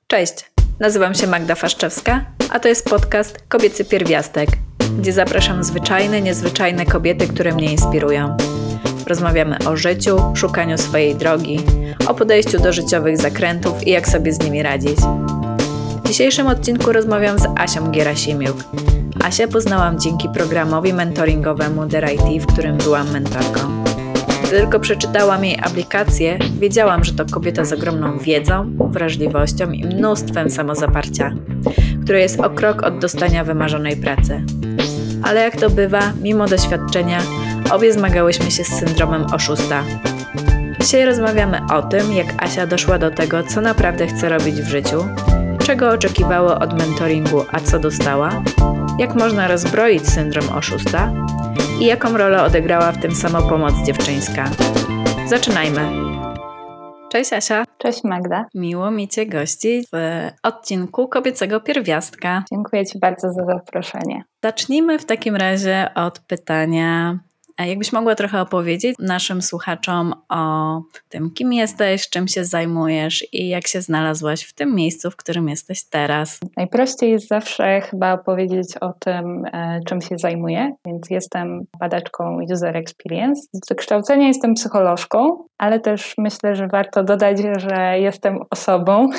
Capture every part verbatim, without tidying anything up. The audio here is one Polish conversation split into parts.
Cześć, nazywam się Magda Faszczewska, a to jest podcast Kobiecy Pierwiastek, gdzie zapraszam zwyczajne, niezwyczajne kobiety, które mnie inspirują. Rozmawiamy o życiu, szukaniu swojej drogi, o podejściu do życiowych zakrętów i jak sobie z nimi radzić. W dzisiejszym odcinku rozmawiam z Asią Gierasimiuk. Asię poznałam dzięki programowi mentoringowemu The Right T, w którym byłam mentorką. Gdy tylko przeczytałam jej aplikację, wiedziałam, że to kobieta z ogromną wiedzą, wrażliwością i mnóstwem samozaparcia, które jest o krok od dostania wymarzonej pracy. Ale jak to bywa, mimo doświadczenia, obie zmagałyśmy się z syndromem oszusta. Dzisiaj rozmawiamy o tym, jak Asia doszła do tego, co naprawdę chce robić w życiu, czego oczekiwała od mentoringu, a co dostała, jak można rozbroić syndrom oszusta i jaką rolę odegrała w tym samopomoc dziewczyńska. Zaczynajmy! Cześć Asia! Cześć Magda! Miło mi Cię gościć w odcinku Kobiecego Pierwiastka. Dziękuję Ci bardzo za zaproszenie. Zacznijmy w takim razie od pytania, jakbyś mogła trochę opowiedzieć naszym słuchaczom o tym, kim jesteś, czym się zajmujesz i jak się znalazłaś w tym miejscu, w którym jesteś teraz. Najprościej jest zawsze chyba opowiedzieć o tym, czym się zajmuję, więc jestem badaczką User Experience. Z wykształcenia jestem psycholożką, ale też myślę, że warto dodać, że jestem osobą,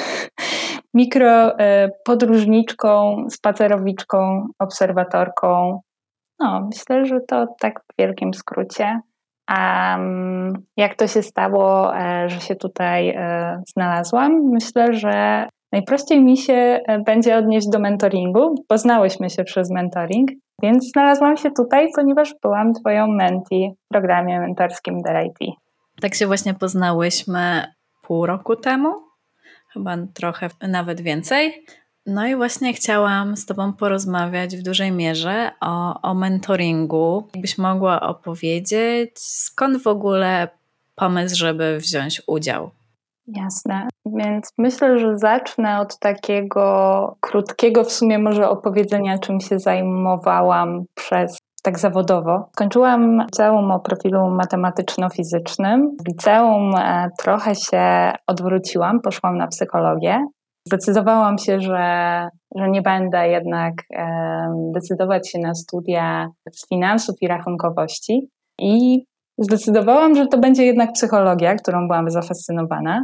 mikropodróżniczką, spacerowiczką, obserwatorką. No, myślę, że to tak w wielkim skrócie. Um, jak to się stało, e, że się tutaj e, znalazłam? Myślę, że najprościej mi się e, będzie odnieść do mentoringu. Poznałyśmy się przez mentoring, więc znalazłam się tutaj, ponieważ byłam Twoją mentee w programie mentorskim The Right T. Tak się właśnie poznałyśmy pół roku temu, chyba trochę nawet więcej. No i właśnie chciałam z Tobą porozmawiać w dużej mierze o, o mentoringu. Jakbyś mogła opowiedzieć, skąd w ogóle pomysł, żeby wziąć udział? Jasne, więc myślę, że zacznę od takiego krótkiego w sumie może opowiedzenia, czym się zajmowałam przez tak zawodowo. Skończyłam liceum o profilu matematyczno-fizycznym. W liceum trochę się odwróciłam, poszłam na psychologię. Zdecydowałam się, że, że nie będę jednak e, decydować się na studia z finansów i rachunkowości i zdecydowałam, że to będzie jednak psychologia, którą byłam zafascynowana.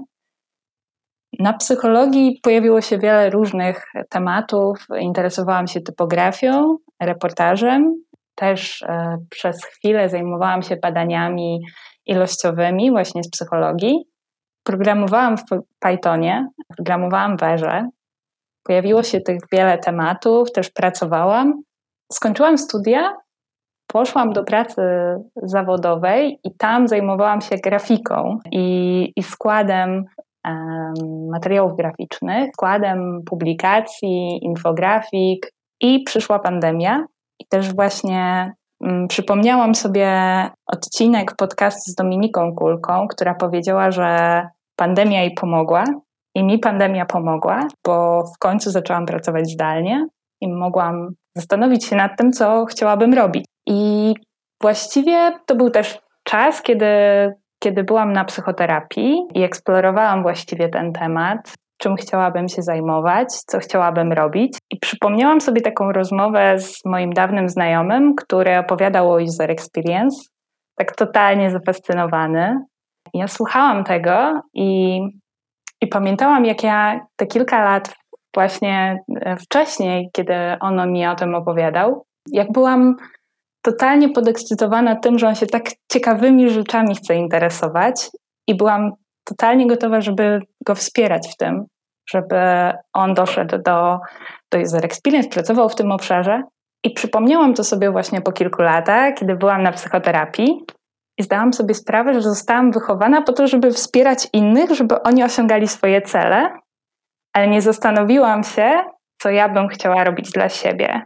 Na psychologii pojawiło się wiele różnych tematów. Interesowałam się typografią, reportażem. Też e, przez chwilę zajmowałam się badaniami ilościowymi właśnie z psychologii. Programowałam w Pythonie, programowałam w Erze. Pojawiło się tych wiele tematów, też pracowałam. Skończyłam studia, poszłam do pracy zawodowej i tam zajmowałam się grafiką i, i składem um, materiałów graficznych, składem publikacji, infografik i przyszła pandemia. I też właśnie um, przypomniałam sobie odcinek podcastu z Dominiką Kulką, która powiedziała, że pandemia jej pomogła i mi pandemia pomogła, bo w końcu zaczęłam pracować zdalnie i mogłam zastanowić się nad tym, co chciałabym robić. I właściwie to był też czas, kiedy, kiedy byłam na psychoterapii i eksplorowałam właściwie ten temat, czym chciałabym się zajmować, co chciałabym robić. I przypomniałam sobie taką rozmowę z moim dawnym znajomym, który opowiadał o User Experience, tak totalnie zafascynowany. Ja słuchałam tego i, i pamiętałam, jak ja te kilka lat właśnie wcześniej, kiedy on mi o tym opowiadał, jak byłam totalnie podekscytowana tym, że on się tak ciekawymi rzeczami chce interesować i byłam totalnie gotowa, żeby go wspierać w tym, żeby on doszedł do, do User Experience, pracował w tym obszarze. I przypomniałam to sobie właśnie po kilku latach, kiedy byłam na psychoterapii. I zdałam sobie sprawę, że zostałam wychowana po to, żeby wspierać innych, żeby oni osiągali swoje cele, ale nie zastanowiłam się, co ja bym chciała robić dla siebie.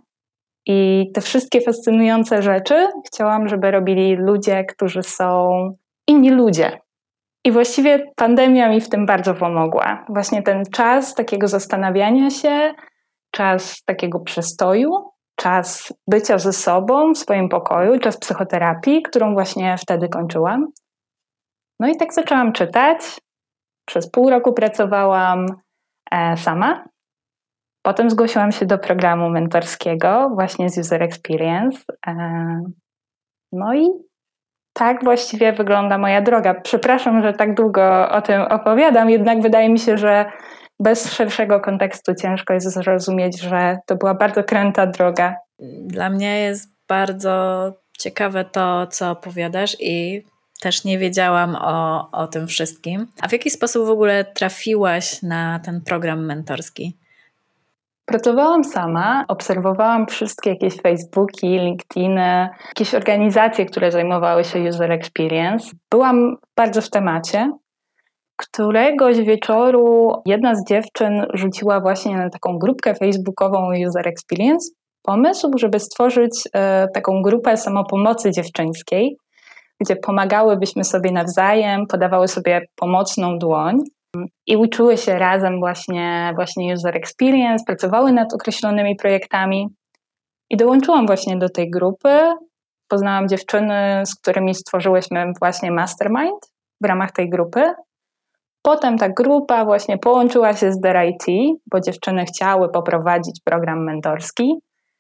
I te wszystkie fascynujące rzeczy chciałam, żeby robili ludzie, którzy są inni ludzie. I właściwie pandemia mi w tym bardzo pomogła. Właśnie ten czas takiego zastanawiania się, czas takiego przestoju, czas bycia ze sobą w swoim pokoju, czas psychoterapii, którą właśnie wtedy kończyłam. No i tak zaczęłam czytać. Przez pół roku pracowałam e, sama. Potem zgłosiłam się do programu mentorskiego właśnie z User Experience. E, no i tak właściwie wygląda moja droga. Przepraszam, że tak długo o tym opowiadam, jednak wydaje mi się, że bez szerszego kontekstu ciężko jest zrozumieć, że to była bardzo kręta droga. Dla mnie jest bardzo ciekawe to, co opowiadasz i też nie wiedziałam o, o tym wszystkim. A w jaki sposób w ogóle trafiłaś na ten program mentorski? Pracowałam sama, obserwowałam wszystkie jakieś Facebooki, LinkedIny, jakieś organizacje, które zajmowały się user experience. Byłam bardzo w temacie. Któregoś wieczoru jedna z dziewczyn rzuciła właśnie na taką grupkę facebookową user experience pomysł, żeby stworzyć e, taką grupę samopomocy dziewczyńskiej, gdzie pomagałybyśmy sobie nawzajem, podawały sobie pomocną dłoń i uczyły się razem właśnie, właśnie user experience, pracowały nad określonymi projektami. I dołączyłam właśnie do tej grupy. Poznałam dziewczyny, z którymi stworzyłyśmy właśnie mastermind w ramach tej grupy. Potem ta grupa właśnie połączyła się z Dare I T, bo dziewczyny chciały poprowadzić program mentorski.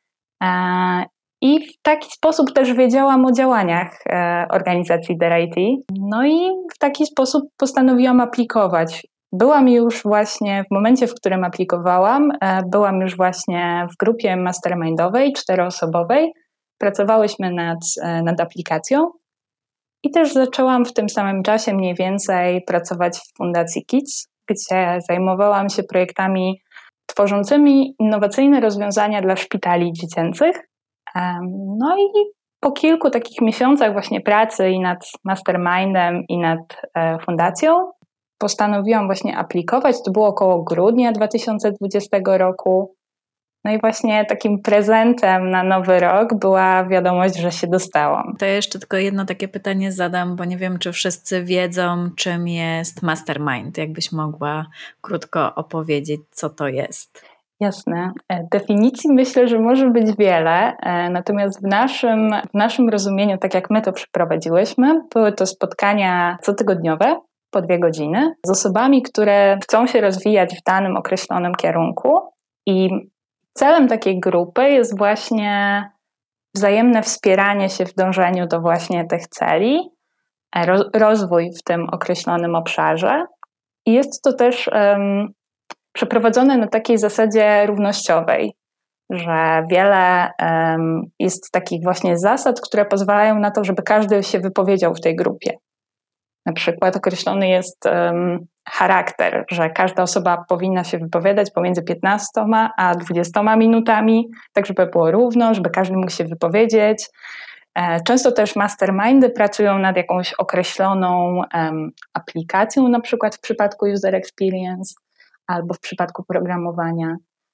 I w taki sposób też wiedziałam o działaniach organizacji Dare I T. No i w taki sposób postanowiłam aplikować. Byłam już właśnie, w momencie, w którym aplikowałam, byłam już właśnie w grupie mastermindowej, czteroosobowej. Pracowałyśmy nad, nad aplikacją i też zaczęłam w tym samym czasie mniej więcej pracować w Fundacji Kids, gdzie zajmowałam się projektami tworzącymi innowacyjne rozwiązania dla szpitali dziecięcych. No i po kilku takich miesiącach właśnie pracy i nad mastermindem i nad fundacją postanowiłam właśnie aplikować. To było około grudnia dwa tysiące dwudziestego roku. No i właśnie takim prezentem na nowy rok była wiadomość, że się dostałam. To ja jeszcze tylko jedno takie pytanie zadam, bo nie wiem, czy wszyscy wiedzą, czym jest mastermind. Jakbyś mogła krótko opowiedzieć, co to jest? Jasne. Definicji myślę, że może być wiele, natomiast w naszym, w naszym rozumieniu, tak jak my to przeprowadziłyśmy, były to spotkania cotygodniowe, po dwie godziny, z osobami, które chcą się rozwijać w danym określonym kierunku i celem takiej grupy jest właśnie wzajemne wspieranie się w dążeniu do właśnie tych celi, rozwój w tym określonym obszarze i jest to też um, przeprowadzone na takiej zasadzie równościowej, że wiele um, jest takich właśnie zasad, które pozwalają na to, żeby każdy się wypowiedział w tej grupie. Na przykład określony jest um, charakter, że każda osoba powinna się wypowiadać pomiędzy piętnastoma a dwudziestoma minutami, tak żeby było równo, żeby każdy mógł się wypowiedzieć. Często też mastermindy pracują nad jakąś określoną um, aplikacją, na przykład w przypadku user experience albo w przypadku programowania.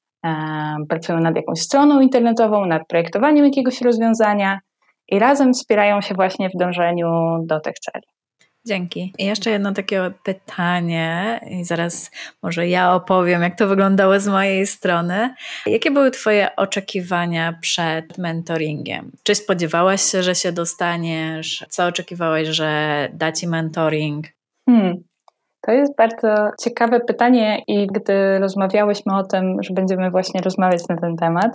Um, pracują nad jakąś stroną internetową, nad projektowaniem jakiegoś rozwiązania i razem wspierają się właśnie w dążeniu do tych celi. Dzięki. I jeszcze jedno takie pytanie i zaraz może ja opowiem, jak to wyglądało z mojej strony. Jakie były Twoje oczekiwania przed mentoringiem? Czy spodziewałaś się, że się dostaniesz? Co oczekiwałaś, że da Ci mentoring? Hmm. To jest bardzo ciekawe pytanie i gdy rozmawiałyśmy o tym, że będziemy właśnie rozmawiać na ten temat,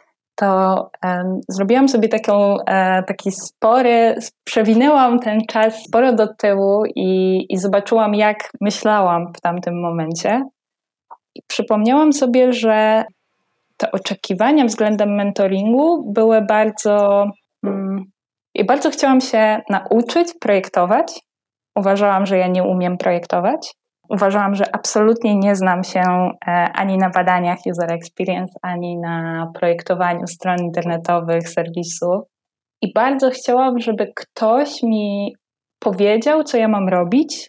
to um, zrobiłam sobie taką, e, taki spory, przewinęłam ten czas sporo do tyłu i, i zobaczyłam, jak myślałam w tamtym momencie. I przypomniałam sobie, że te oczekiwania względem mentoringu były bardzo... Mm, i bardzo chciałam się nauczyć projektować. Uważałam, że ja nie umiem projektować. Uważałam, że absolutnie nie znam się ani na badaniach user experience, ani na projektowaniu stron internetowych, serwisów. I bardzo chciałam, żeby ktoś mi powiedział, co ja mam robić.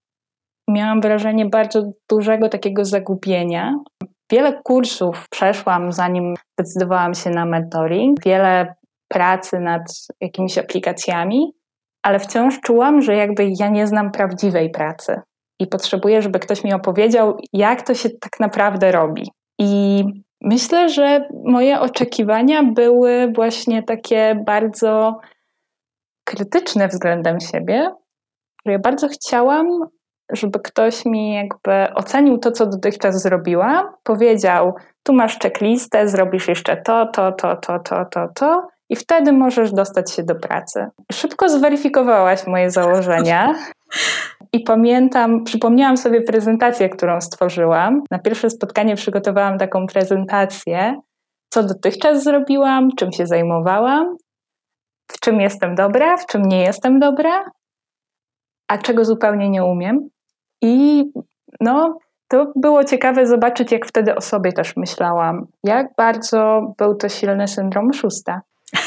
Miałam wrażenie bardzo dużego takiego zagubienia. Wiele kursów przeszłam, zanim zdecydowałam się na mentoring. Wiele pracy nad jakimiś aplikacjami, ale wciąż czułam, że jakby ja nie znam prawdziwej pracy. I potrzebuję, żeby ktoś mi opowiedział, jak to się tak naprawdę robi. I myślę, że moje oczekiwania były właśnie takie bardzo krytyczne względem siebie, że ja bardzo chciałam żeby ktoś mi jakby ocenił to, co dotychczas zrobiłam, powiedział, tu masz checklistę, zrobisz jeszcze to, to, to, to, to, to, to i wtedy możesz dostać się do pracy. Szybko zweryfikowałaś moje założenia. I pamiętam, przypomniałam sobie prezentację, którą stworzyłam. Na pierwsze spotkanie przygotowałam taką prezentację, co dotychczas zrobiłam, czym się zajmowałam, w czym jestem dobra, w czym nie jestem dobra, a czego zupełnie nie umiem. I no, to było ciekawe zobaczyć, jak wtedy o sobie też myślałam. Jak bardzo był to silny syndrom oszusta.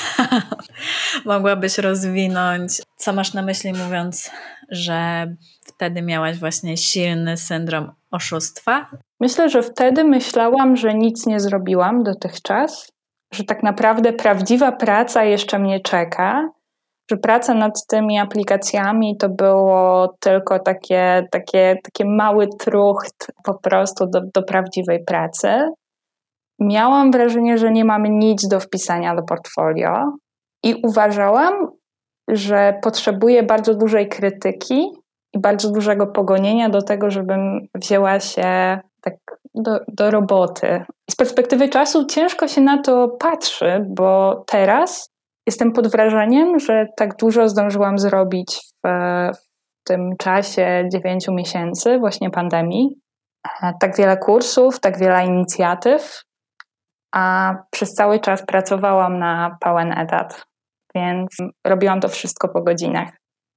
Mogłabyś rozwinąć, co masz na myśli, mówiąc, że wtedy miałaś właśnie silny syndrom oszustwa? Myślę, że wtedy myślałam, że nic nie zrobiłam dotychczas, że tak naprawdę prawdziwa praca jeszcze mnie czeka, że praca nad tymi aplikacjami to było tylko takie, takie, takie mały trucht po prostu do, do prawdziwej pracy. Miałam wrażenie, że nie mam nic do wpisania do portfolio i uważałam, że potrzebuję bardzo dużej krytyki i bardzo dużego pogonienia do tego, żebym wzięła się tak do, do roboty. I z perspektywy czasu ciężko się na to patrzy, bo teraz jestem pod wrażeniem, że tak dużo zdążyłam zrobić w, w tym czasie dziewięciu miesięcy właśnie pandemii. Tak wiele kursów, tak wiele inicjatyw, a przez cały czas pracowałam na pełen etat, więc robiłam to wszystko po godzinach.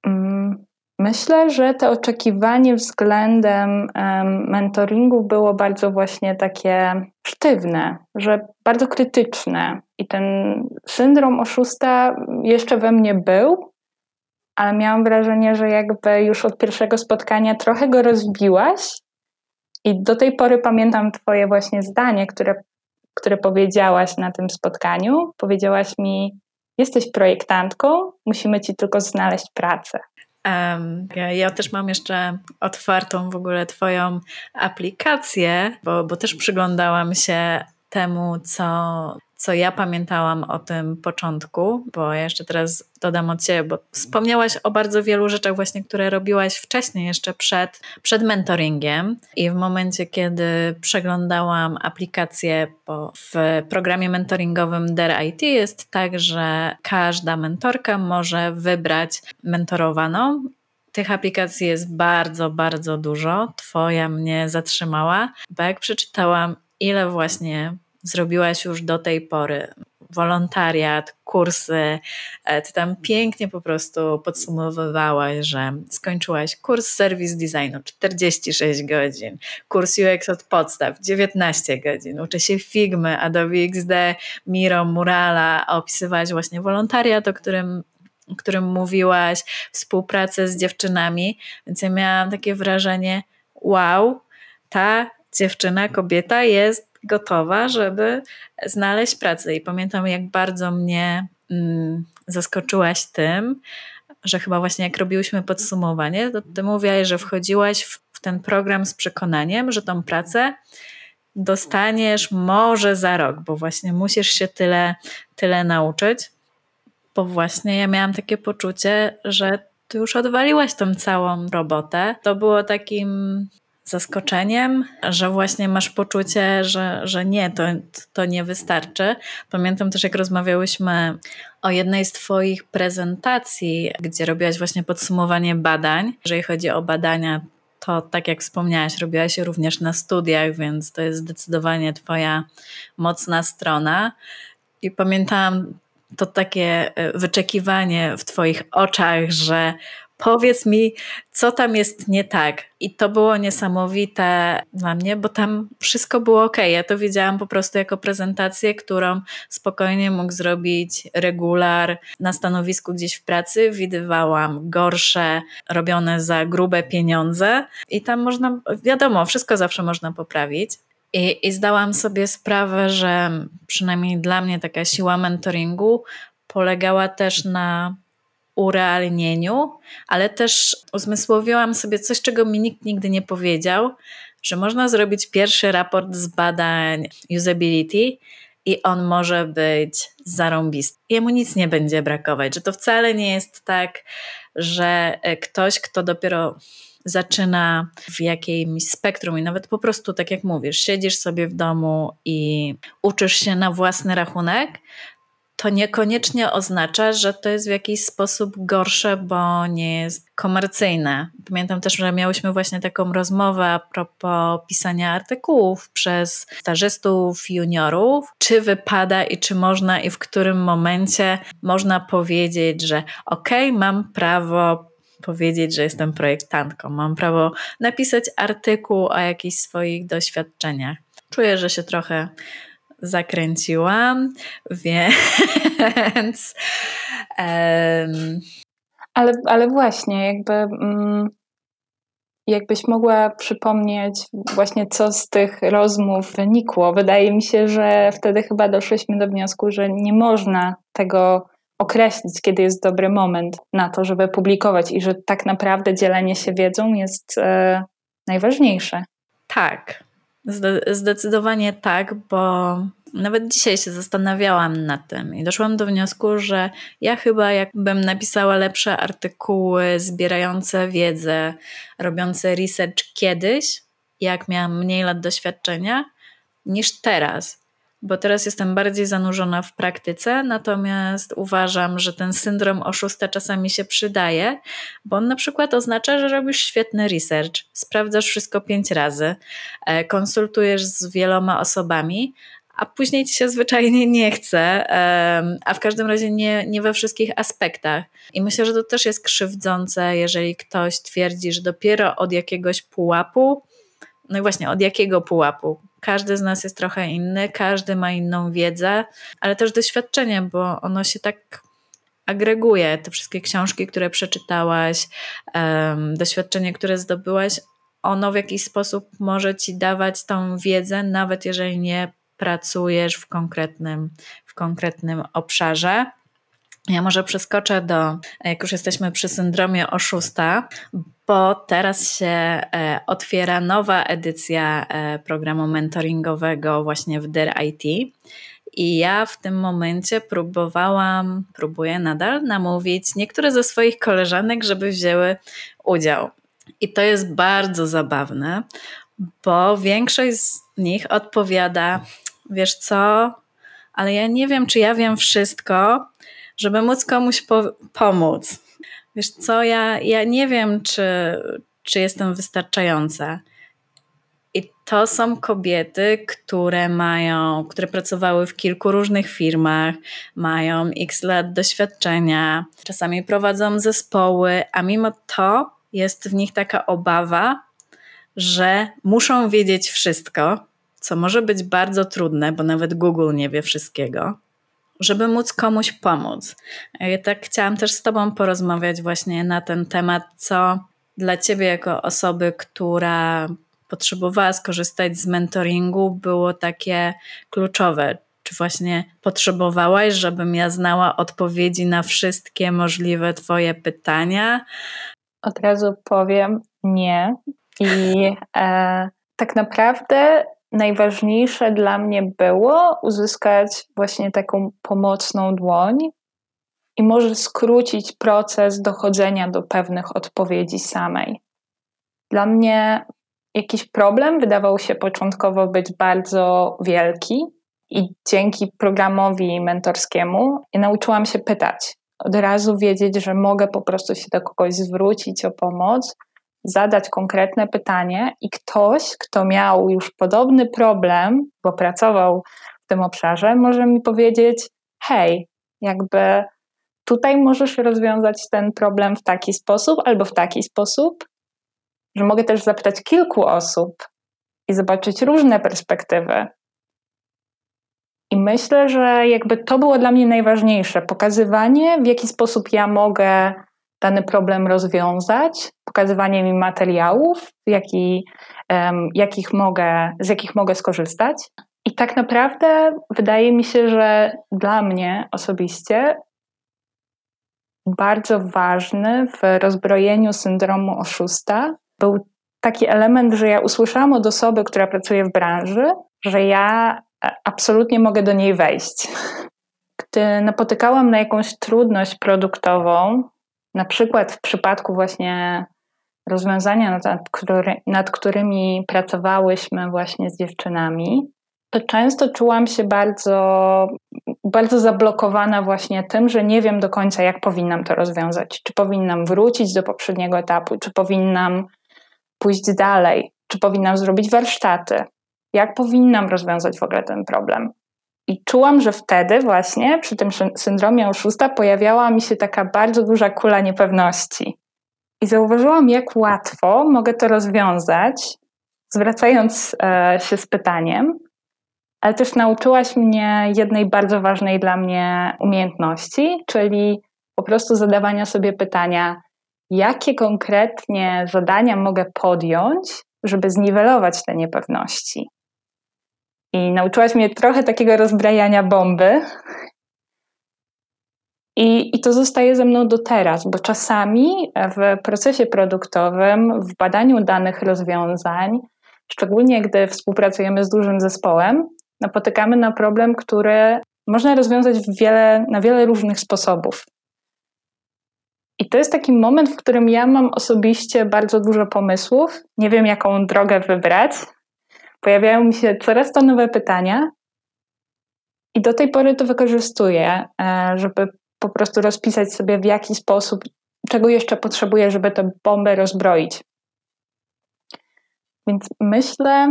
Myślę, że to oczekiwanie względem um, mentoringu było bardzo właśnie takie sztywne, że bardzo krytyczne i ten syndrom oszusta jeszcze we mnie był, ale miałam wrażenie, że jakby już od pierwszego spotkania trochę go rozbiłaś i do tej pory pamiętam twoje właśnie zdanie, które, które powiedziałaś na tym spotkaniu. Powiedziałaś mi, jesteś projektantką, musimy ci tylko znaleźć pracę. Um, ja, ja też mam jeszcze otwartą w ogóle twoją aplikację, bo, bo też przyglądałam się temu, co, co ja pamiętałam o tym początku, bo ja jeszcze teraz dodam od siebie, bo wspomniałaś o bardzo wielu rzeczach właśnie, które robiłaś wcześniej, jeszcze przed, przed mentoringiem i w momencie, kiedy przeglądałam aplikację, bo w programie mentoringowym Dare I T jest tak, że każda mentorka może wybrać mentorowaną. Tych aplikacji jest bardzo, bardzo dużo. Twoja mnie zatrzymała, bo jak przeczytałam, ile właśnie zrobiłaś już do tej pory, wolontariat, kursy, ty tam pięknie po prostu podsumowywałaś, że skończyłaś kurs serwis designu czterdzieści sześć godzin, kurs U X od podstaw dziewiętnaście godzin, uczę się Figmy, Adobe X D, Miro, Murala, opisywałaś właśnie wolontariat, o którym o którym mówiłaś, współpracę z dziewczynami, więc ja miałam takie wrażenie, wow, ta dziewczyna, kobieta jest gotowa, żeby znaleźć pracę. I pamiętam, jak bardzo mnie mm, zaskoczyłaś tym, że chyba właśnie jak robiłyśmy podsumowanie, to ty mówiłaś, że wchodziłaś w, w ten program z przekonaniem, że tą pracę dostaniesz może za rok, bo właśnie musisz się tyle, tyle nauczyć. Bo właśnie ja miałam takie poczucie, że ty już odwaliłaś tą całą robotę. To było takim zaskoczeniem, że właśnie masz poczucie, że, że nie, to, to nie wystarczy. Pamiętam też, jak rozmawiałyśmy o jednej z twoich prezentacji, gdzie robiłaś właśnie podsumowanie badań. Jeżeli chodzi o badania, to tak jak wspomniałaś, robiłaś je również na studiach, więc to jest zdecydowanie twoja mocna strona. I pamiętałam to takie wyczekiwanie w twoich oczach, że powiedz mi, co tam jest nie tak. I to było niesamowite dla mnie, bo tam wszystko było okej. Ja to widziałam po prostu jako prezentację, którą spokojnie mógł zrobić regular na stanowisku gdzieś w pracy. Widywałam gorsze, robione za grube pieniądze i tam można, wiadomo, wszystko zawsze można poprawić. I, I zdałam sobie sprawę, że przynajmniej dla mnie taka siła mentoringu polegała też na urealnieniu, ale też uzmysłowiłam sobie coś, czego mi nikt nigdy nie powiedział, że można zrobić pierwszy raport z badań usability i on może być zarąbisty. Jemu nic nie będzie brakować, że to wcale nie jest tak, że ktoś, kto dopiero zaczyna w jakimś spektrum i nawet po prostu, tak jak mówisz, siedzisz sobie w domu i uczysz się na własny rachunek, to niekoniecznie oznacza, że to jest w jakiś sposób gorsze, bo nie jest komercyjne. Pamiętam też, że miałyśmy właśnie taką rozmowę a propos pisania artykułów przez stażystów, juniorów, czy wypada i czy można i w którym momencie można powiedzieć, że okej, okay, mam prawo powiedzieć, że jestem projektantką, mam prawo napisać artykuł o jakichś swoich doświadczeniach. Czuję, że się trochę zakręciłam, więc... Um... Ale, ale właśnie, jakby mm, jakbyś mogła przypomnieć właśnie, co z tych rozmów wynikło. Wydaje mi się, że wtedy chyba doszliśmy do wniosku, że nie można tego określić, kiedy jest dobry moment na to, żeby publikować i że tak naprawdę dzielenie się wiedzą jest e, najważniejsze. Tak, zdecydowanie tak, bo nawet dzisiaj się zastanawiałam nad tym i doszłam do wniosku, że ja chyba jakbym napisała lepsze artykuły zbierające wiedzę, robiące research kiedyś, jak miałam mniej lat doświadczenia, niż teraz. Bo teraz jestem bardziej zanurzona w praktyce, natomiast uważam, że ten syndrom oszusta czasami się przydaje, bo on na przykład oznacza, że robisz świetny research, sprawdzasz wszystko pięć razy, konsultujesz z wieloma osobami, a później ci się zwyczajnie nie chce, a w każdym razie nie, nie we wszystkich aspektach. I myślę, że to też jest krzywdzące, jeżeli ktoś twierdzi, że dopiero od jakiegoś pułapu, no i właśnie od jakiego pułapu? Każdy z nas jest trochę inny, każdy ma inną wiedzę, ale też doświadczenie, bo ono się tak agreguje. Te wszystkie książki, które przeczytałaś, um, doświadczenie, które zdobyłaś, ono w jakiś sposób może ci dawać tą wiedzę, nawet jeżeli nie pracujesz w konkretnym, w konkretnym obszarze. Ja może przeskoczę do, jak już jesteśmy przy syndromie oszusta, bo teraz się e, otwiera nowa edycja e, programu mentoringowego właśnie w D E R I T i ja w tym momencie próbowałam, próbuję nadal namówić niektóre ze swoich koleżanek, żeby wzięły udział. I to jest bardzo zabawne, bo większość z nich odpowiada, wiesz co, ale ja nie wiem, czy ja wiem wszystko, żeby móc komuś po- pomóc. Wiesz co, ja, ja nie wiem, czy, czy jestem wystarczająca. I to są kobiety, które mają, które pracowały w kilku różnych firmach, mają x lat doświadczenia, czasami prowadzą zespoły, a mimo to jest w nich taka obawa, że muszą wiedzieć wszystko, co może być bardzo trudne, bo nawet Google nie wie wszystkiego, żeby móc komuś pomóc. Ja tak chciałam też z tobą porozmawiać właśnie na ten temat, co dla ciebie jako osoby, która potrzebowała skorzystać z mentoringu, było takie kluczowe. Czy właśnie potrzebowałaś, żebym ja znała odpowiedzi na wszystkie możliwe twoje pytania? Od razu powiem nie. I e, tak naprawdę najważniejsze dla mnie było uzyskać właśnie taką pomocną dłoń i może skrócić proces dochodzenia do pewnych odpowiedzi samej. Dla mnie jakiś problem wydawał się początkowo być bardzo wielki i dzięki programowi mentorskiemu ja nauczyłam się pytać. Od razu wiedzieć, że mogę po prostu się do kogoś zwrócić o pomoc, zadać konkretne pytanie i ktoś, kto miał już podobny problem, bo pracował w tym obszarze, może mi powiedzieć, hej, jakby tutaj możesz rozwiązać ten problem w taki sposób albo w taki sposób, że mogę też zapytać kilku osób i zobaczyć różne perspektywy. I myślę, że jakby to było dla mnie najważniejsze, pokazywanie, w jaki sposób ja mogę dany problem rozwiązać, pokazywanie mi materiałów, jaki, um, jakich mogę, z jakich mogę skorzystać. I tak naprawdę wydaje mi się, że dla mnie osobiście bardzo ważny w rozbrojeniu syndromu oszusta był taki element, że ja usłyszałam od osoby, która pracuje w branży, że ja absolutnie mogę do niej wejść. Gdy napotykałam na jakąś trudność produktową, na przykład w przypadku właśnie rozwiązania, nad, który, nad którymi pracowałyśmy właśnie z dziewczynami, to często czułam się bardzo, bardzo zablokowana właśnie tym, że nie wiem do końca, jak powinnam to rozwiązać. Czy powinnam wrócić do poprzedniego etapu, czy powinnam pójść dalej, czy powinnam zrobić warsztaty, jak powinnam rozwiązać w ogóle ten problem. I czułam, że wtedy właśnie przy tym syndromie oszusta pojawiała mi się taka bardzo duża kula niepewności. I zauważyłam, jak łatwo mogę to rozwiązać, zwracając e, się z pytaniem, ale też nauczyłaś mnie jednej bardzo ważnej dla mnie umiejętności, czyli po prostu zadawania sobie pytania, jakie konkretnie zadania mogę podjąć, żeby zniwelować te niepewności. I nauczyłaś mnie trochę takiego rozbrajania bomby. I, I to zostaje ze mną do teraz, bo czasami w procesie produktowym, w badaniu danych rozwiązań, szczególnie gdy współpracujemy z dużym zespołem, napotykamy na problem, który można rozwiązać w wiele, na wiele różnych sposobów. I to jest taki moment, w którym ja mam osobiście bardzo dużo pomysłów, nie wiem, jaką drogę wybrać. Pojawiają mi się coraz to nowe pytania i do tej pory to wykorzystuję, żeby po prostu rozpisać sobie, w jaki sposób, czego jeszcze potrzebuję, żeby tę bombę rozbroić. Więc myślę,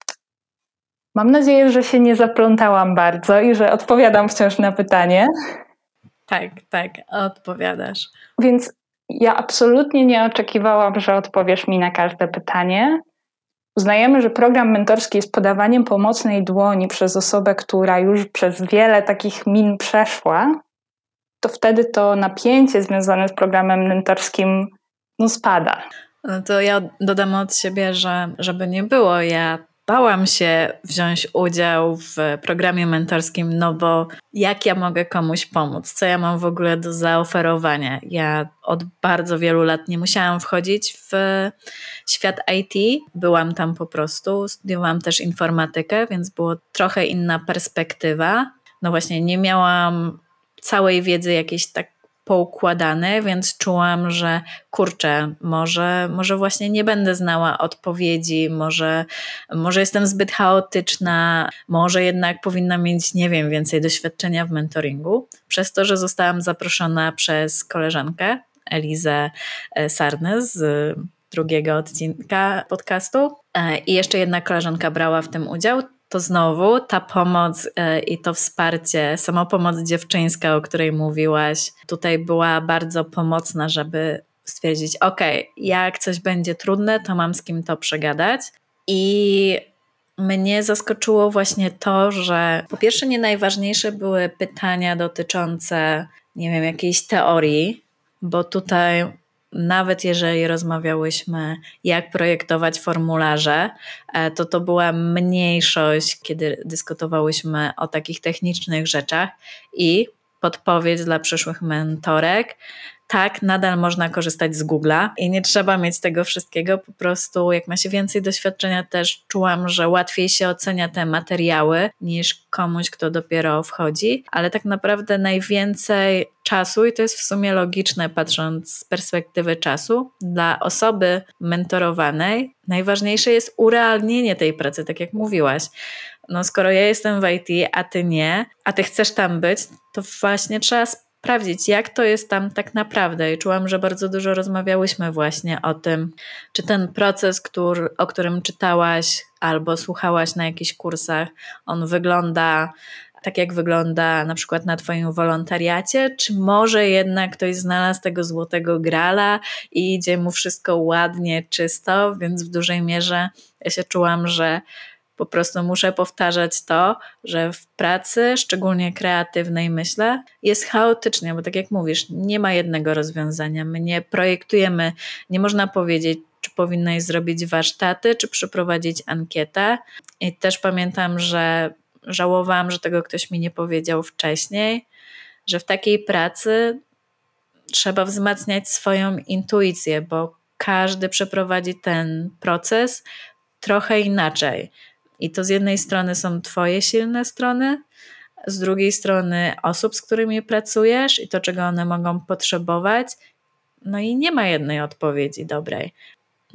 mam nadzieję, że się nie zaplątałam bardzo i że odpowiadam wciąż na pytanie. Tak, tak, odpowiadasz. Więc ja absolutnie nie oczekiwałam, że odpowiesz mi na każde pytanie. Uznajemy, że program mentorski jest podawaniem pomocnej dłoni przez osobę, która już przez wiele takich min przeszła, to wtedy to napięcie związane z programem mentorskim no, spada. No to ja dodam od siebie, że żeby nie było, ja bałam się wziąć udział w programie mentorskim, no bo jak ja mogę komuś pomóc? Co ja mam w ogóle do zaoferowania? Ja od bardzo wielu lat nie musiałam wchodzić w świat I T. Byłam tam po prostu, studiowałam też informatykę, więc było trochę inna perspektywa. No właśnie, nie miałam całej wiedzy jakiejś tak poukładane, więc czułam, że kurczę, może, może właśnie nie będę znała odpowiedzi, może, może jestem zbyt chaotyczna, może jednak powinnam mieć, nie wiem, więcej doświadczenia w mentoringu. Przez to, że zostałam zaproszona przez koleżankę Elizę Sarnę z drugiego odcinka podcastu i jeszcze jedna koleżanka brała w tym udział, to znowu ta pomoc i to wsparcie, samopomoc dziewczyńska, o której mówiłaś, tutaj była bardzo pomocna, żeby stwierdzić, ok, jak coś będzie trudne, to mam z kim to przegadać. I mnie zaskoczyło właśnie to, że po pierwsze nie najważniejsze były pytania dotyczące, nie wiem, jakiejś teorii, bo tutaj nawet jeżeli rozmawiałyśmy, jak projektować formularze, to to była mniejszość, kiedy dyskutowałyśmy o takich technicznych rzeczach i podpowiedź dla przyszłych mentorek. Tak, nadal można korzystać z Google'a i nie trzeba mieć tego wszystkiego, po prostu jak ma się więcej doświadczenia, też czułam, że łatwiej się ocenia te materiały niż komuś, kto dopiero wchodzi, ale tak naprawdę najwięcej czasu, i to jest w sumie logiczne patrząc z perspektywy czasu, dla osoby mentorowanej najważniejsze jest urealnienie tej pracy, tak jak mówiłaś. No skoro ja jestem w I T, a ty nie, a ty chcesz tam być, to właśnie trzeba sprawdzić, jak to jest tam tak naprawdę. I czułam, że bardzo dużo rozmawiałyśmy właśnie o tym, czy ten proces, który, o którym czytałaś albo słuchałaś na jakichś kursach, on wygląda tak, jak wygląda na przykład na twoim wolontariacie, czy może jednak ktoś znalazł tego złotego grala i idzie mu wszystko ładnie, czysto, więc w dużej mierze ja się czułam, że po prostu muszę powtarzać to, że w pracy, szczególnie kreatywnej, myślę, jest chaotycznie, bo tak jak mówisz, nie ma jednego rozwiązania. My nie projektujemy, nie można powiedzieć, czy powinnaś zrobić warsztaty, czy przeprowadzić ankietę. I też pamiętam, że żałowałam, że tego ktoś mi nie powiedział wcześniej, że w takiej pracy trzeba wzmacniać swoją intuicję, bo każdy przeprowadzi ten proces trochę inaczej. I to z jednej strony są twoje silne strony, z drugiej strony osób, z którymi pracujesz i to, czego one mogą potrzebować. No i nie ma jednej odpowiedzi dobrej.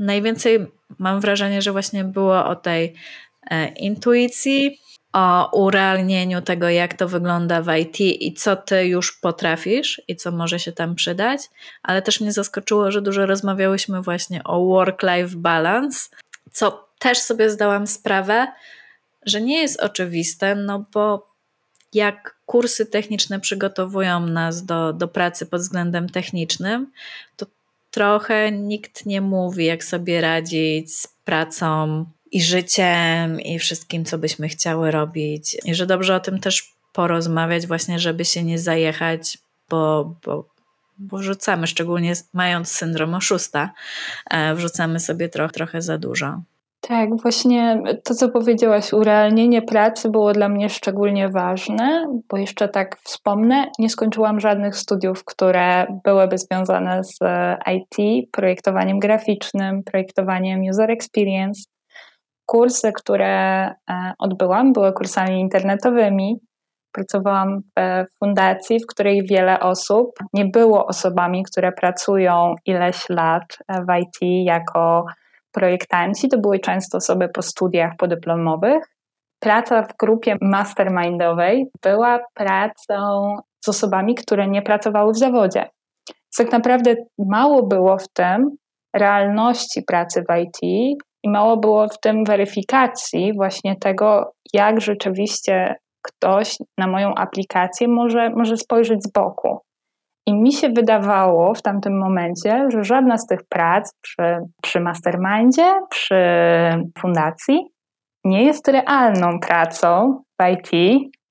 najwięcej mam wrażenie, że właśnie było o tej e, intuicji, o urealnieniu tego, jak to wygląda w I T i co ty już potrafisz i co może się tam przydać, ale też mnie zaskoczyło, że dużo rozmawiałyśmy właśnie o work-life balance, co też sobie zdałam sprawę, że nie jest oczywiste, no bo jak kursy techniczne przygotowują nas do, do pracy pod względem technicznym, to trochę nikt nie mówi, jak sobie radzić z pracą i życiem i wszystkim, co byśmy chciały robić. I że dobrze o tym też porozmawiać właśnie, żeby się nie zajechać, bo, bo, bo wrzucamy, szczególnie mając syndrom oszusta, wrzucamy sobie trochę, trochę za dużo. Tak, właśnie to, co powiedziałaś, urealnienie pracy było dla mnie szczególnie ważne, bo jeszcze tak wspomnę, nie skończyłam żadnych studiów, które byłyby związane z I T, projektowaniem graficznym, projektowaniem user experience. Kursy, które odbyłam, były kursami internetowymi. Pracowałam w fundacji, w której wiele osób nie było osobami, które pracują ileś lat w I T jako projektanci. To były często osoby po studiach podyplomowych. Praca w grupie mastermindowej była pracą z osobami, które nie pracowały w zawodzie. Tak naprawdę mało było w tym realności pracy w I T i mało było w tym weryfikacji właśnie tego, jak rzeczywiście ktoś na moją aplikację może, może spojrzeć z boku. I mi się wydawało w tamtym momencie, że żadna z tych prac przy, przy mastermindzie, przy fundacji nie jest realną pracą w I T,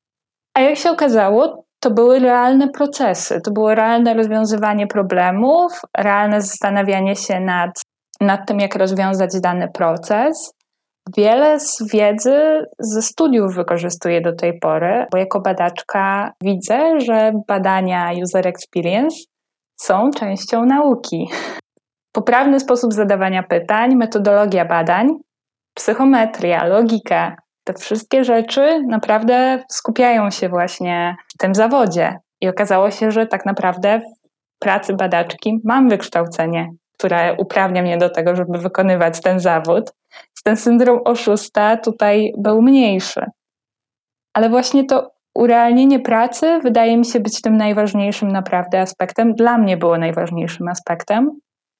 a jak się okazało, to były realne procesy, to było realne rozwiązywanie problemów, realne zastanawianie się nad, nad tym, jak rozwiązać dany proces. Wiele z wiedzy ze studiów wykorzystuję do tej pory, bo jako badaczka widzę, że badania user experience są częścią nauki. Poprawny sposób zadawania pytań, metodologia badań, psychometria, logika, te wszystkie rzeczy naprawdę skupiają się właśnie w tym zawodzie. I okazało się, że tak naprawdę w pracy badaczki mam wykształcenie, które uprawnia mnie do tego, żeby wykonywać ten zawód. Ten syndrom oszusta tutaj był mniejszy. Ale właśnie to urealnienie pracy wydaje mi się być tym najważniejszym naprawdę aspektem. Dla mnie było najważniejszym aspektem.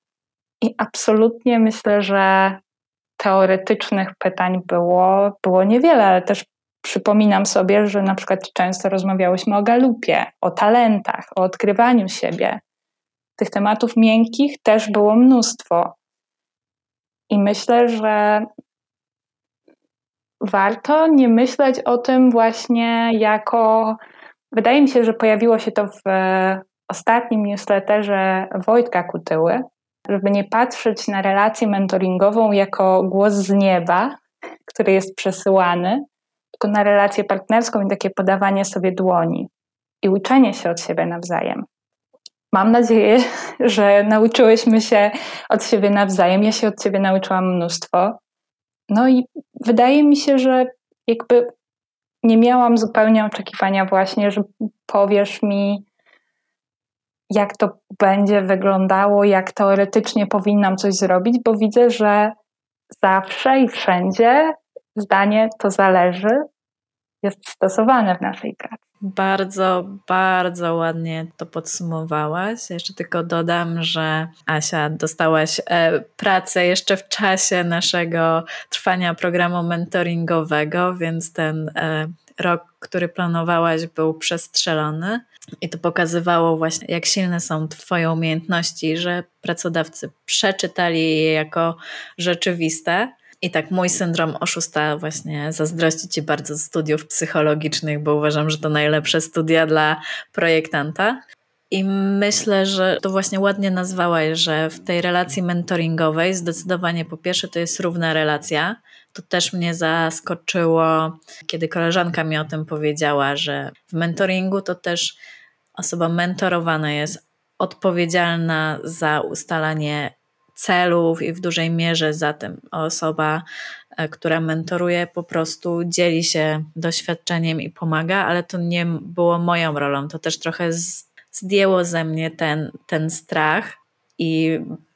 I absolutnie myślę, że teoretycznych pytań było, było niewiele, ale też przypominam sobie, że na przykład często rozmawiałyśmy o galupie, o talentach, o odkrywaniu siebie. Tych tematów miękkich też było mnóstwo. I myślę, że warto nie myśleć o tym właśnie jako... Wydaje mi się, że pojawiło się to w ostatnim newsletterze Wojtka Kutyły, żeby nie patrzeć na relację mentoringową jako głos z nieba, który jest przesyłany, tylko na relację partnerską i takie podawanie sobie dłoni i uczenie się od siebie nawzajem. Mam nadzieję, że nauczyłyśmy się od siebie nawzajem. Ja się od ciebie nauczyłam mnóstwo. No i wydaje mi się, że jakby nie miałam zupełnie oczekiwania właśnie, że powiesz mi, jak to będzie wyglądało, jak teoretycznie powinnam coś zrobić, bo widzę, że zawsze i wszędzie zdanie to zależy jest stosowane w naszej pracy. Bardzo, bardzo ładnie to podsumowałaś. Jeszcze tylko dodam, że Asia, dostałaś e, pracę jeszcze w czasie naszego trwania programu mentoringowego, więc ten e, rok, który planowałaś, był przestrzelony. I to pokazywało właśnie, jak silne są twoje umiejętności, że pracodawcy przeczytali je jako rzeczywiste. I tak mój syndrom oszusta właśnie zazdrości ci bardzo studiów psychologicznych, bo uważam, że to najlepsze studia dla projektanta. I myślę, że to właśnie ładnie nazwałaś, że w tej relacji mentoringowej zdecydowanie po pierwsze to jest równa relacja. To też mnie zaskoczyło, kiedy koleżanka mi o tym powiedziała, że w mentoringu to też osoba mentorowana jest odpowiedzialna za ustalanie celów i w dużej mierze za tym osoba, która mentoruje, po prostu dzieli się doświadczeniem i pomaga, ale to nie było moją rolą. To też trochę zdjęło ze mnie ten, ten strach i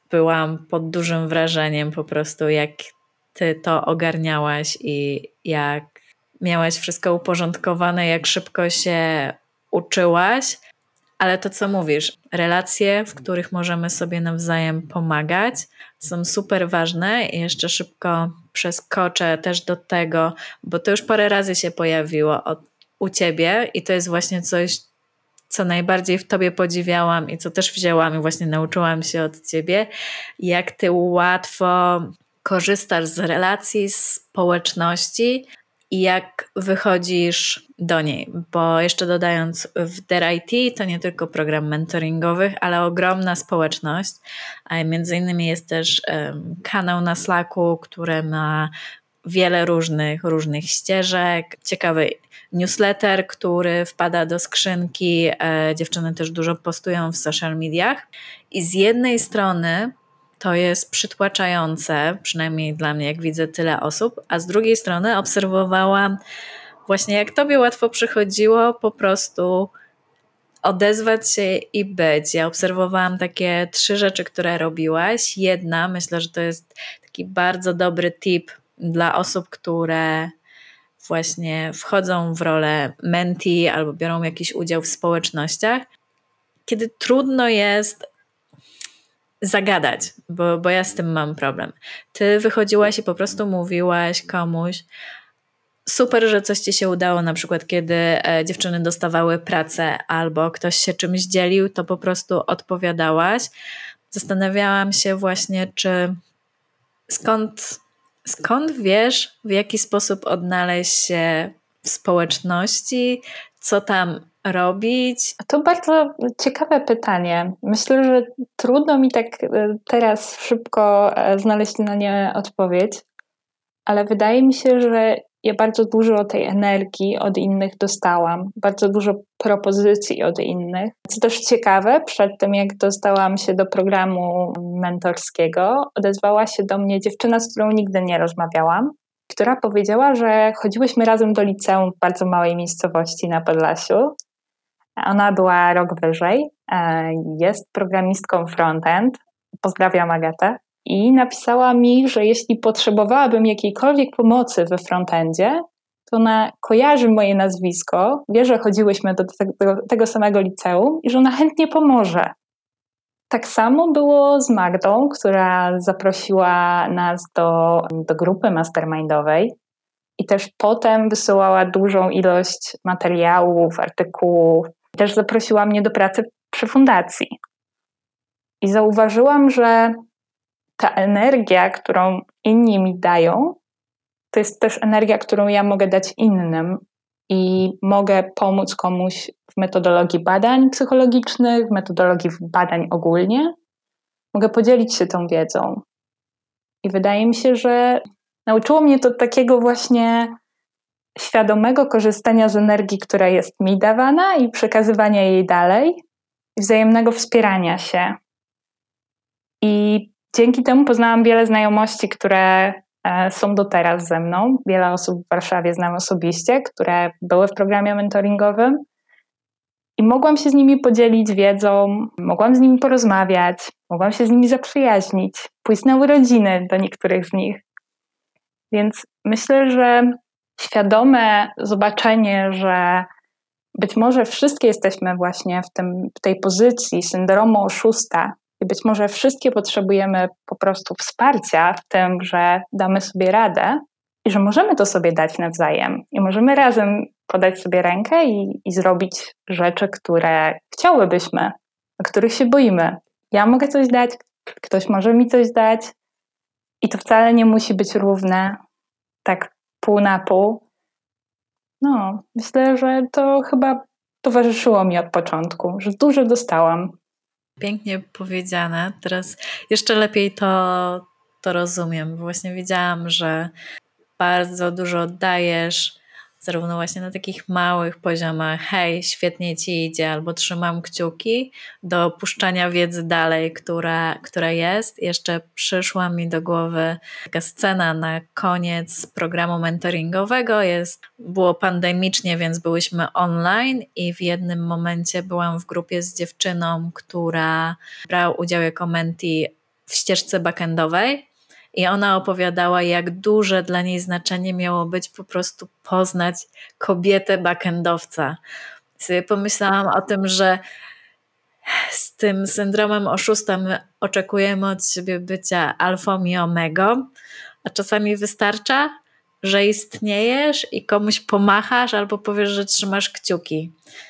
byłam pod dużym wrażeniem po prostu, jak ty to ogarniałaś i jak miałaś wszystko uporządkowane, jak szybko się uczyłaś. Ale to, co mówisz, relacje, w których możemy sobie nawzajem pomagać, są super ważne i jeszcze szybko przeskoczę też do tego, bo to już parę razy się pojawiło od, u ciebie i to jest właśnie coś, co najbardziej w tobie podziwiałam i co też wzięłam i właśnie nauczyłam się od ciebie, jak ty łatwo korzystasz z relacji, z społeczności i jak wychodzisz do niej. Bo jeszcze dodając, w Dare I T to nie tylko program mentoringowy, ale ogromna społeczność. A między innymi jest też um, kanał na Slacku, który ma wiele różnych, różnych ścieżek, ciekawy newsletter, który wpada do skrzynki. E, dziewczyny też dużo postują w social mediach. I z jednej strony to jest przytłaczające, przynajmniej dla mnie, jak widzę tyle osób, a z drugiej strony obserwowałam właśnie, jak tobie łatwo przychodziło po prostu odezwać się i być. Ja obserwowałam takie trzy rzeczy, które robiłaś. Jedna, myślę, że to jest taki bardzo dobry tip dla osób, które właśnie wchodzą w rolę mentee albo biorą jakiś udział w społecznościach, kiedy trudno jest zagadać, bo, bo ja z tym mam problem. Ty wychodziłaś i po prostu mówiłaś komuś, super, że coś ci się udało, na przykład kiedy e, dziewczyny dostawały pracę albo ktoś się czymś dzielił, to po prostu odpowiadałaś. Zastanawiałam się właśnie, czy skąd, skąd wiesz, w jaki sposób odnaleźć się w społeczności, co tam robić? To bardzo ciekawe pytanie. Myślę, że trudno mi tak e, teraz szybko e, znaleźć na nie odpowiedź, ale wydaje mi się, że ja bardzo dużo tej energii od innych dostałam, bardzo dużo propozycji od innych. Co też ciekawe, przed tym jak dostałam się do programu mentorskiego, odezwała się do mnie dziewczyna, z którą nigdy nie rozmawiałam, która powiedziała, że chodziłyśmy razem do liceum w bardzo małej miejscowości na Podlasiu. Ona była rok wyżej, jest programistką frontend, pozdrawiam Agatę, i napisała mi, że jeśli potrzebowałabym jakiejkolwiek pomocy we frontendzie, to ona kojarzy moje nazwisko, wie, że chodziłyśmy do tego, tego samego liceum i że ona chętnie pomoże. Tak samo było z Magdą, która zaprosiła nas do, do grupy mastermindowej i też potem wysyłała dużą ilość materiałów, artykułów. Też zaprosiła mnie do pracy przy fundacji. I zauważyłam, że ta energia, którą inni mi dają, to jest też energia, którą ja mogę dać innym i mogę pomóc komuś w metodologii badań psychologicznych, w metodologii badań ogólnie. Mogę podzielić się tą wiedzą. I wydaje mi się, że nauczyło mnie to takiego właśnie świadomego korzystania z energii, która jest mi dawana i przekazywania jej dalej i wzajemnego wspierania się. I dzięki temu poznałam wiele znajomości, które są do teraz ze mną. Wiele osób w Warszawie znam osobiście, które były w programie mentoringowym i mogłam się z nimi podzielić wiedzą, mogłam z nimi porozmawiać, mogłam się z nimi zaprzyjaźnić, pójść na urodziny do niektórych z nich. Więc myślę, że świadome zobaczenie, że być może wszystkie jesteśmy właśnie w, tym, w tej pozycji syndromu oszusta i być może wszystkie potrzebujemy po prostu wsparcia w tym, że damy sobie radę i że możemy to sobie dać nawzajem i możemy razem podać sobie rękę i, i zrobić rzeczy, które chciałybyśmy, o których się boimy. Ja mogę coś dać, ktoś może mi coś dać i to wcale nie musi być równe, tak pół na pół. No, myślę, że to chyba towarzyszyło mi od początku, że dużo dostałam. Pięknie powiedziane. Teraz jeszcze lepiej to, to rozumiem. Właśnie wiedziałam, że bardzo dużo oddajesz, zarówno właśnie na takich małych poziomach, hej, świetnie ci idzie, albo trzymam kciuki, do puszczania wiedzy dalej, która, która jest. Jeszcze przyszła mi do głowy taka scena na koniec programu mentoringowego. Jest, było pandemicznie, więc byłyśmy online i w jednym momencie byłam w grupie z dziewczyną, która brała udział jako mentee w ścieżce backendowej i ona opowiadała, jak duże dla niej znaczenie miało być po prostu poznać kobietę backendowca. I sobie pomyślałam o tym, że z tym syndromem oszusta my oczekujemy od siebie bycia alfą i omegą, a czasami wystarcza, że istniejesz i komuś pomachasz albo powiesz, że trzymasz kciuki.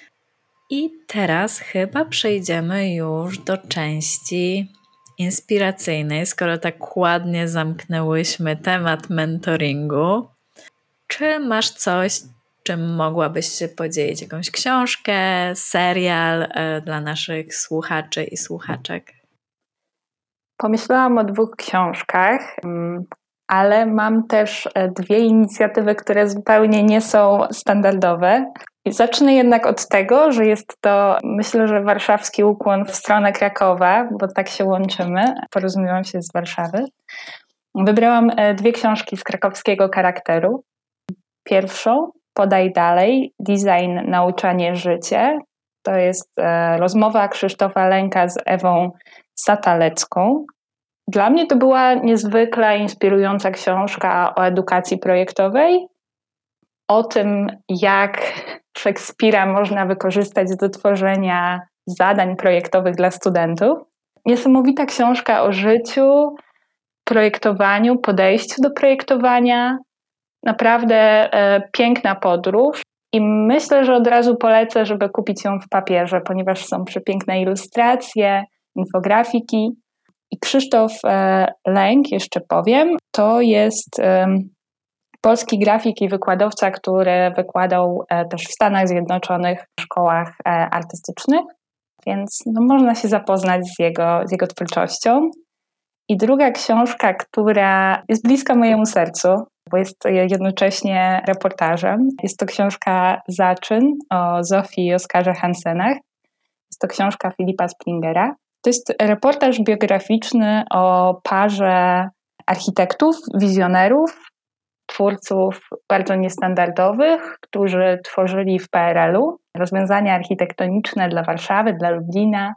I teraz chyba przejdziemy już do części inspiracyjnej, skoro tak ładnie zamknęłyśmy temat mentoringu. Czy masz coś, czym mogłabyś się podzielić? Jakąś książkę, serial e, dla naszych słuchaczy i słuchaczek? Pomyślałam o dwóch książkach, ale mam też dwie inicjatywy, które zupełnie nie są standardowe. I zacznę jednak od tego, że jest to, myślę, że warszawski ukłon w stronę Krakowa, bo tak się łączymy. Porozumiałam się z Warszawy. Wybrałam dwie książki z krakowskiego charakteru. Pierwszą, Podaj dalej, design, nauczanie, życie. To jest e, rozmowa Krzysztofa Lęka z Ewą Satalecką. Dla mnie to była niezwykle inspirująca książka o edukacji projektowej, o tym, jak Szekspira można wykorzystać do tworzenia zadań projektowych dla studentów. Niesamowita książka o życiu, projektowaniu, podejściu do projektowania. Naprawdę e, piękna podróż i myślę, że od razu polecę, żeby kupić ją w papierze, ponieważ są przepiękne ilustracje, infografiki. I Krzysztof e, Lęk, jeszcze powiem, to jest e, polski grafik i wykładowca, który wykładał e, też w Stanach Zjednoczonych w szkołach e, artystycznych, więc no, można się zapoznać z jego, z jego twórczością. I druga książka, która jest bliska mojemu sercu, bo jest jednocześnie reportażem. Jest to książka Zaczyn o Zofii i Oskarze Hansenach. Jest to książka Filipa Springera. To jest reportaż biograficzny o parze architektów, wizjonerów, twórców bardzo niestandardowych, którzy tworzyli w P R L-u rozwiązania architektoniczne dla Warszawy, dla Lublina.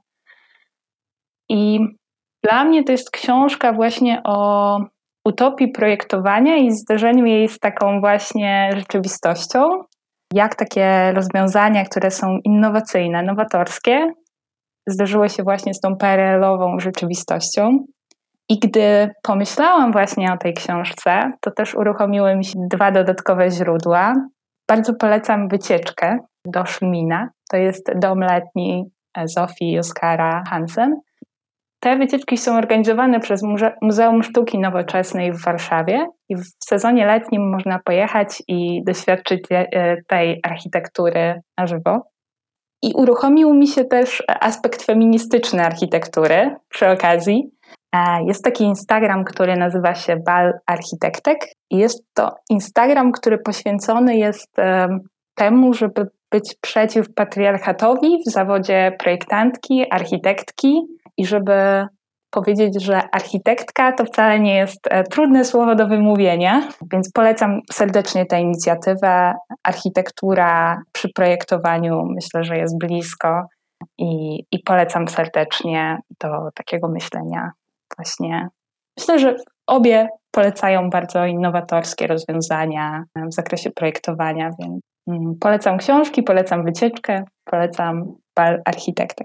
I dla mnie to jest książka właśnie o utopii projektowania i zderzeniu jej z taką właśnie rzeczywistością. Jak takie rozwiązania, które są innowacyjne, nowatorskie, zderzyły się właśnie z tą P R L-ową rzeczywistością. I gdy pomyślałam właśnie o tej książce, to też uruchomiły mi się dwa dodatkowe źródła. Bardzo polecam wycieczkę do Szlmina. To jest dom letni Zofii i Oskara Hansen. Te wycieczki są organizowane przez Muze- Muzeum Sztuki Nowoczesnej w Warszawie i w sezonie letnim można pojechać i doświadczyć tej architektury na żywo. I uruchomił mi się też aspekt feministyczny architektury przy okazji. Jest taki Instagram, który nazywa się Bal Architektek i jest to Instagram, który poświęcony jest temu, żeby być przeciw patriarchatowi w zawodzie projektantki, architektki i żeby powiedzieć, że architektka to wcale nie jest trudne słowo do wymówienia, więc polecam serdecznie tę inicjatywę. Architektura przy projektowaniu myślę, że jest blisko i, i polecam serdecznie do takiego myślenia właśnie. Myślę, że obie polecają bardzo innowatorskie rozwiązania w zakresie projektowania, więc polecam książki, polecam wycieczkę, polecam Bal Architektek.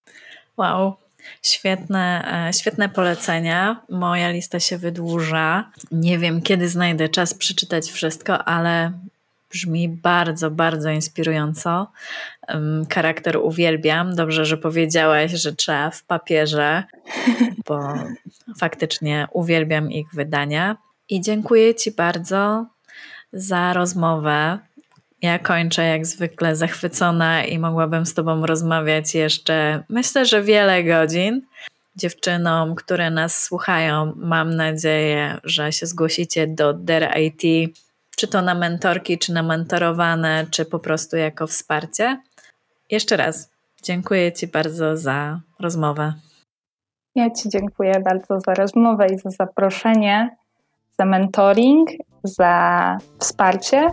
Wow. Świetne, świetne polecenia. Moja lista się wydłuża. Nie wiem, kiedy znajdę czas przeczytać wszystko, ale brzmi bardzo, bardzo inspirująco. Charakter uwielbiam. Dobrze, że powiedziałaś, że trzeba w papierze, bo faktycznie uwielbiam ich wydania. I dziękuję Ci bardzo za rozmowę. Ja kończę jak zwykle zachwycona i mogłabym z Tobą rozmawiać jeszcze, myślę, że wiele godzin. Dziewczynom, które nas słuchają, mam nadzieję, że się zgłosicie do D E R I T, czy to na mentorki, czy na mentorowane, czy po prostu jako wsparcie. Jeszcze raz dziękuję Ci bardzo za rozmowę. Ja Ci dziękuję bardzo za rozmowę i za zaproszenie, za mentoring, za wsparcie.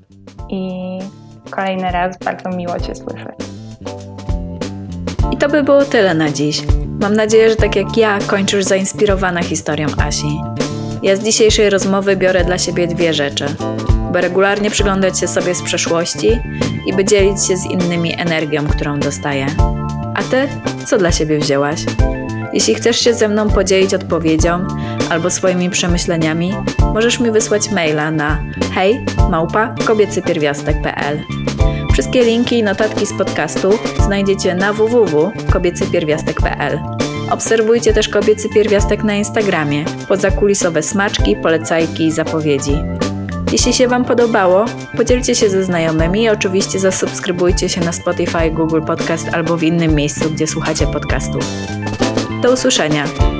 I kolejny raz bardzo miło Cię słyszeć. I to by było tyle na dziś. Mam nadzieję, że tak jak ja kończysz zainspirowana historią Asi. Ja z dzisiejszej rozmowy biorę dla siebie dwie rzeczy. By regularnie przyglądać się sobie z przeszłości i by dzielić się z innymi energią, którą dostaję. A ty? Co dla siebie wzięłaś? Jeśli chcesz się ze mną podzielić odpowiedzią albo swoimi przemyśleniami, możesz mi wysłać maila na hej małpa kobiecypierwiastek kropka p l. Wszystkie linki i notatki z podcastu znajdziecie na w w w kropka kobiecypierwiastek kropka p l. Obserwujcie też Kobiecy Pierwiastek na Instagramie, pozakulisowe smaczki, polecajki i zapowiedzi. Jeśli się Wam podobało, podzielcie się ze znajomymi i oczywiście zasubskrybujcie się na Spotify, Google Podcast albo w innym miejscu, gdzie słuchacie podcastów. Do usłyszenia!